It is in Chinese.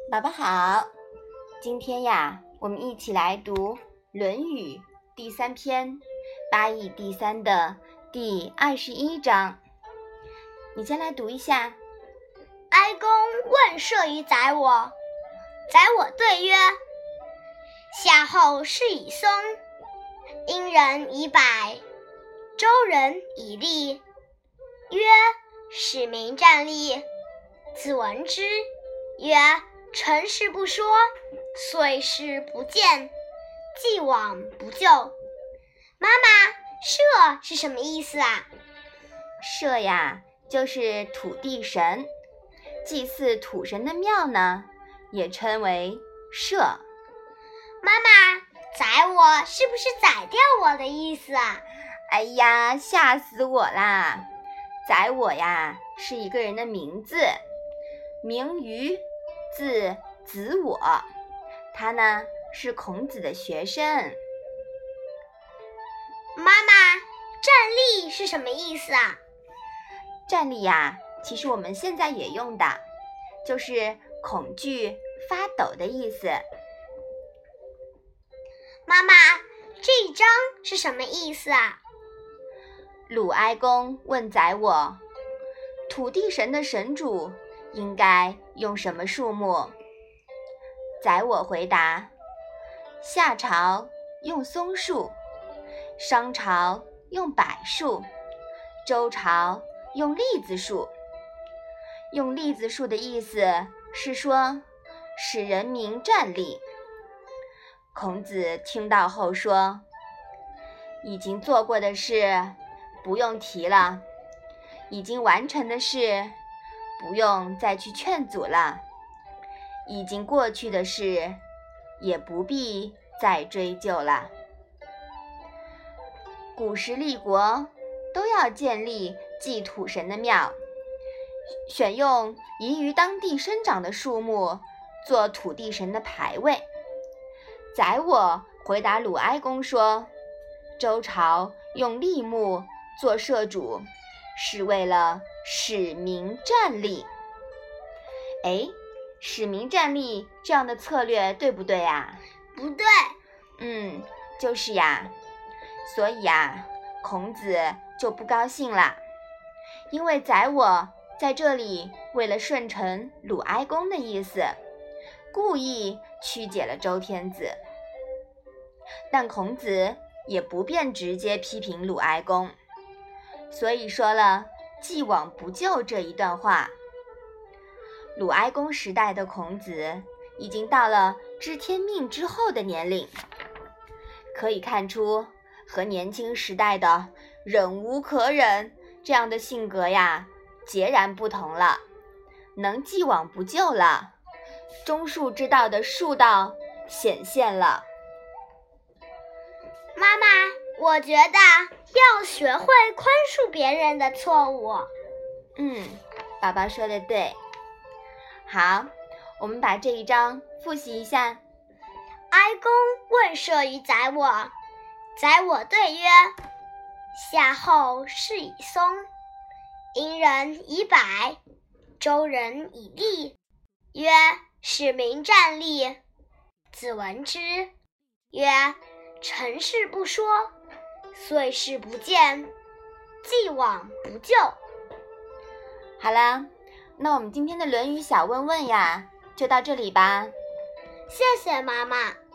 宝宝好，今天呀，我们一起来读《论语》第3篇八义第3的第21章。你先来读一下。 哀公问射于宰我，宰我对曰：夏后氏以松，殷人以柏，周人以栗。曰：使民战栗。子闻之曰：成事不说，遂事不见，既往不咎。妈妈，社是什么意思啊？ 社呀，就是土地神，祭祀土神的庙呢，也称为社。 妈妈，宰我是不是宰掉我的意思啊？ 哎呀，吓死我啦！宰我呀，是一个人的名字，名于，字子我，他呢是孔子的学生。 妈妈，站立是什么意思啊？ 站立呀，其实我们现在也用的，就是恐惧、发抖的意思。 妈妈，这一章是什么意思啊？ 鲁哀公问宰我，土地神的神主应该用什么树木？宰我回答，夏朝用松树，商朝用柏树，周朝用栗子树。用栗子树的意思是说使人民站立。孔子听到后说，已经做过的事不用提了，已经完成的事不用再去劝阻了，已经过去的事也不必再追究了。古时立国都要建立祭土神的庙，选用宜于当地生长的树木做土地神的牌位。宰我回答鲁哀公说，周朝用栗木做社主，是为了使民站立。使民站立这样的策略对不对呀？ 不对。 就是呀。所以呀，孔子就不高兴了，因为宰我在这里为了顺承鲁哀公的意思，故意曲解了周天子。但孔子也不便直接批评鲁哀公，所以说了既往不咎这一段话。鲁哀公时代的孔子已经到了知天命之后的年龄，可以看出和年轻时代的忍无可忍这样的性格呀截然不同了，能既往不咎了，忠恕之道的恕道显现了。 妈妈，我觉得要学会宽恕别人的错误。 宝宝说的对。好，我们把这一章复习一下。 哀公问射于宰我，宰我对曰：夏后氏以松，殷人以柏，周人以栗。曰：使民站立。子闻之曰：成事不说，遂事不见，既往不咎。 好了，那我们今天的论语小问问呀就到这里吧。 谢谢妈妈。